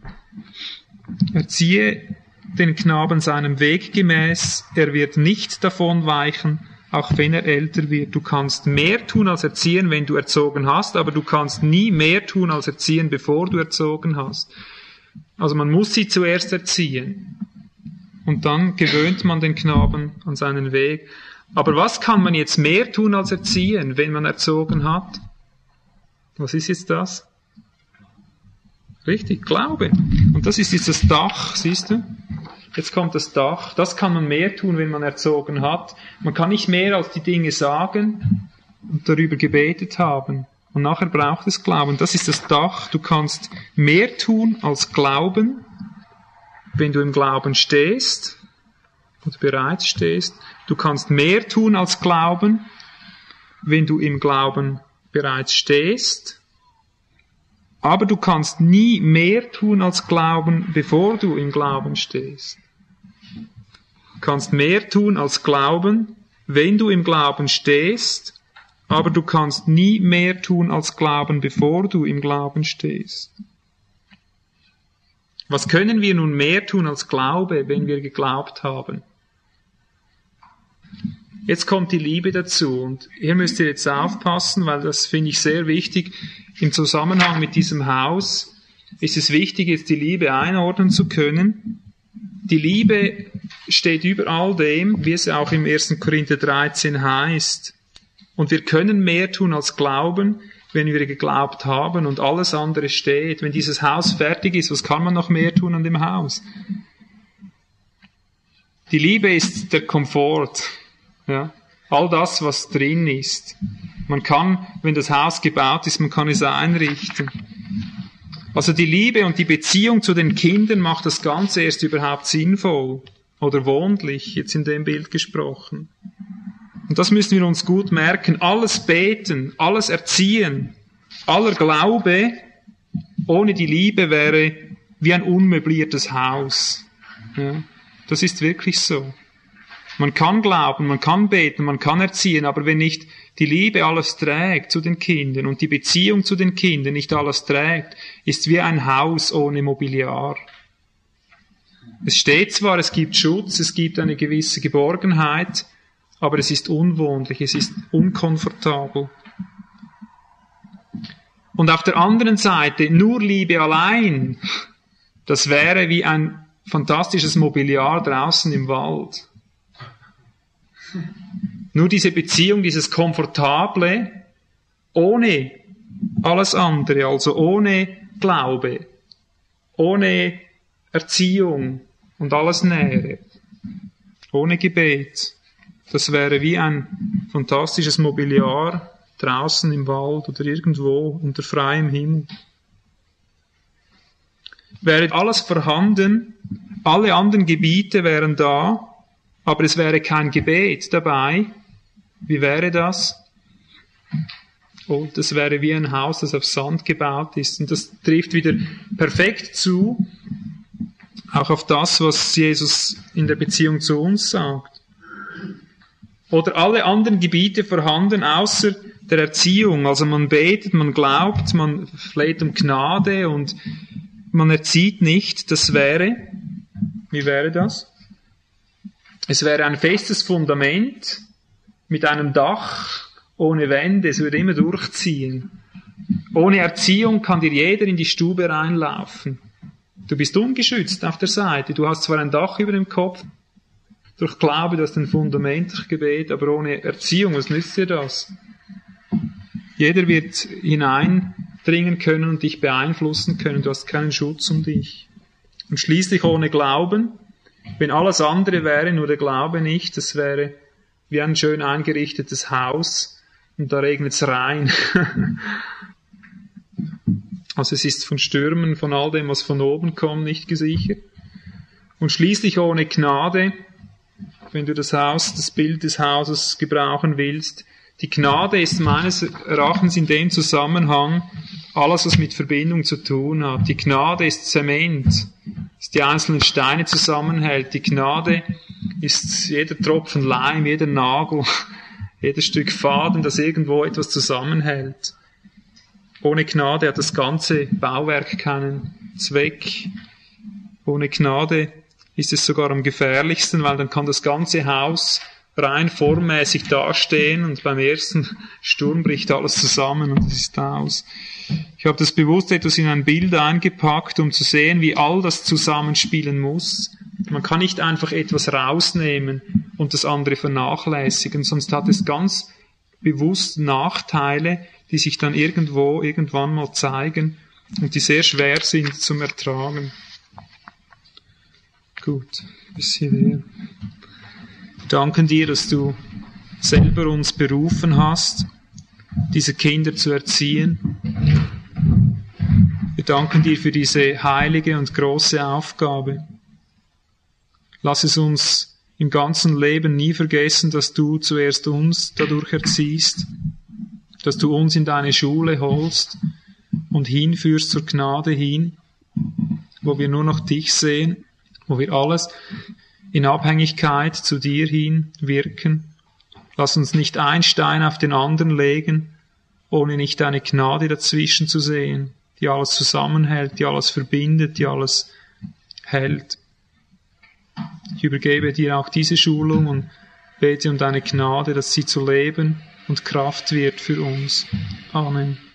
Erziehe den Knaben seinem Weg gemäß. Er wird nicht davon weichen, auch wenn er älter wird. Du kannst mehr tun als erziehen, wenn du erzogen hast, aber du kannst nie mehr tun als erziehen, bevor du erzogen hast. Also man muss sie zuerst erziehen. Und dann gewöhnt man den Knaben an seinen Weg. Aber was kann man jetzt mehr tun als erziehen, wenn man erzogen hat? Was ist jetzt das? Richtig, Glaube. Und das ist jetzt das Dach, siehst du? Jetzt kommt das Dach. Das kann man mehr tun, wenn man erzogen hat. Man kann nicht mehr als die Dinge sagen und darüber gebetet haben. Und nachher braucht es Glauben. Das ist das Dach. Du kannst mehr tun als glauben, wenn du im Glauben stehst oder bereits stehst. Du kannst mehr tun als glauben, wenn du im Glauben bereits stehst. Aber du kannst nie mehr tun als glauben, bevor du im Glauben stehst. Du kannst mehr tun als glauben, wenn du im Glauben stehst. Aber du kannst nie mehr tun als glauben, bevor du im Glauben stehst. Was können wir nun mehr tun als Glaube, wenn wir geglaubt haben? Jetzt kommt die Liebe dazu und hier müsst ihr jetzt aufpassen, weil das finde ich sehr wichtig. Im Zusammenhang mit diesem Haus ist es wichtig, jetzt die Liebe einordnen zu können. Die Liebe steht über all dem, wie es auch im ersten Korinther dreizehn heißt. Und wir können mehr tun als glauben, wenn wir geglaubt haben und alles andere steht. Wenn dieses Haus fertig ist, was kann man noch mehr tun an dem Haus? Die Liebe ist der Komfort. Ja, all das, was drin ist. Man kann, wenn das Haus gebaut ist, man kann es einrichten. Also die Liebe und die Beziehung zu den Kindern macht das Ganze erst überhaupt sinnvoll oder wohnlich, jetzt in dem Bild gesprochen. Und das müssen wir uns gut merken. Alles Beten, alles Erziehen, aller Glaube ohne die Liebe wäre wie ein unmöbliertes Haus. Ja, das ist wirklich so. Man kann glauben, man kann beten, man kann erziehen, aber wenn nicht die Liebe alles trägt zu den Kindern und die Beziehung zu den Kindern nicht alles trägt, ist es wie ein Haus ohne Mobiliar. Es steht zwar, es gibt Schutz, es gibt eine gewisse Geborgenheit, aber es ist unwohnlich, es ist unkomfortabel. Und auf der anderen Seite, nur Liebe allein, das wäre wie ein fantastisches Mobiliar draußen im Wald. Nur diese Beziehung, dieses Komfortable, ohne alles andere, also ohne Glaube, ohne Erziehung und alles Nähere, ohne Gebet, das wäre wie ein fantastisches Mobiliar draußen im Wald oder irgendwo unter freiem Himmel. Wäre alles vorhanden, alle anderen Gebiete wären da, aber es wäre kein Gebet dabei. Wie wäre das? Oh, das wäre wie ein Haus, das auf Sand gebaut ist. Und das trifft wieder perfekt zu Auch auf das, was Jesus in der Beziehung zu uns sagt. Oder alle anderen Gebiete vorhanden, außer der Erziehung. Also man betet, man glaubt, man fleht um Gnade und man erzieht nicht. Das wäre, wie wäre das? Es wäre ein festes Fundament mit einem Dach ohne Wände. Es würde immer durchziehen. Ohne Erziehung kann dir jeder in die Stube reinlaufen. Du bist ungeschützt auf der Seite. Du hast zwar ein Dach über dem Kopf, durch Glaube, du hast ein Fundament durch Gebet, aber ohne Erziehung, was nützt dir das? Jeder wird hineindringen können und dich beeinflussen können. Du hast keinen Schutz um dich. Und schließlich ohne Glauben, wenn alles andere wäre, nur der Glaube nicht, das wäre wie ein schön eingerichtetes Haus und da regnet es rein. Also es ist von Stürmen, von all dem, was von oben kommt, nicht gesichert. Und schließlich ohne Gnade, wenn du das Haus, das Bild des Hauses gebrauchen willst. Die Gnade ist meines Erachtens in dem Zusammenhang alles, was mit Verbindung zu tun hat. Die Gnade ist Zement, das die einzelnen Steine zusammenhält. Die Gnade ist jeder Tropfen Leim, jeder Nagel, jedes Stück Faden, das irgendwo etwas zusammenhält. Ohne Gnade hat das ganze Bauwerk keinen Zweck. Ohne Gnade ist es sogar am gefährlichsten, weil dann kann das ganze Haus rein formmäßig dastehen und beim ersten Sturm bricht alles zusammen und es ist aus. Ich habe das bewusst etwas in ein Bild eingepackt, um zu sehen, wie all das zusammenspielen muss. Man kann nicht einfach etwas rausnehmen und das andere vernachlässigen, sonst hat es ganz bewusst Nachteile, die sich dann irgendwo, irgendwann mal zeigen und die sehr schwer sind zum Ertragen. Gut, bis hierher. Wir danken dir, dass du selber uns berufen hast, diese Kinder zu erziehen. Wir danken dir für diese heilige und große Aufgabe. Lass es uns im ganzen Leben nie vergessen, dass du zuerst uns dadurch erziehst, dass du uns in deine Schule holst und hinführst zur Gnade hin, wo wir nur noch dich sehen, wo wir alles in Abhängigkeit zu dir hin wirken. Lass uns nicht einen Stein auf den anderen legen, ohne nicht deine Gnade dazwischen zu sehen, die alles zusammenhält, die alles verbindet, die alles hält. Ich übergebe dir auch diese Schulung und bete um deine Gnade, dass sie zu Leben und Kraft wird für uns. Amen.